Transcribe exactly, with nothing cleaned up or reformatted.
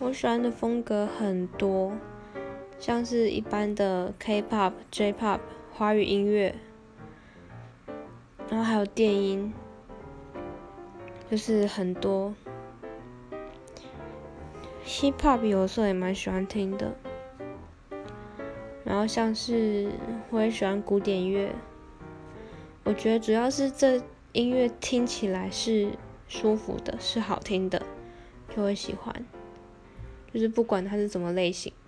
我喜欢的风格很多，像是一般的 K-pop、J-pop、华语音乐，然后还有电音，就是很多。Hip Hop 有时候也蛮喜欢听的，然后像是我也喜欢古典乐，我觉得主要是这音乐听起来是舒服的，是好听的，就会喜欢。就是不管它是什么类型，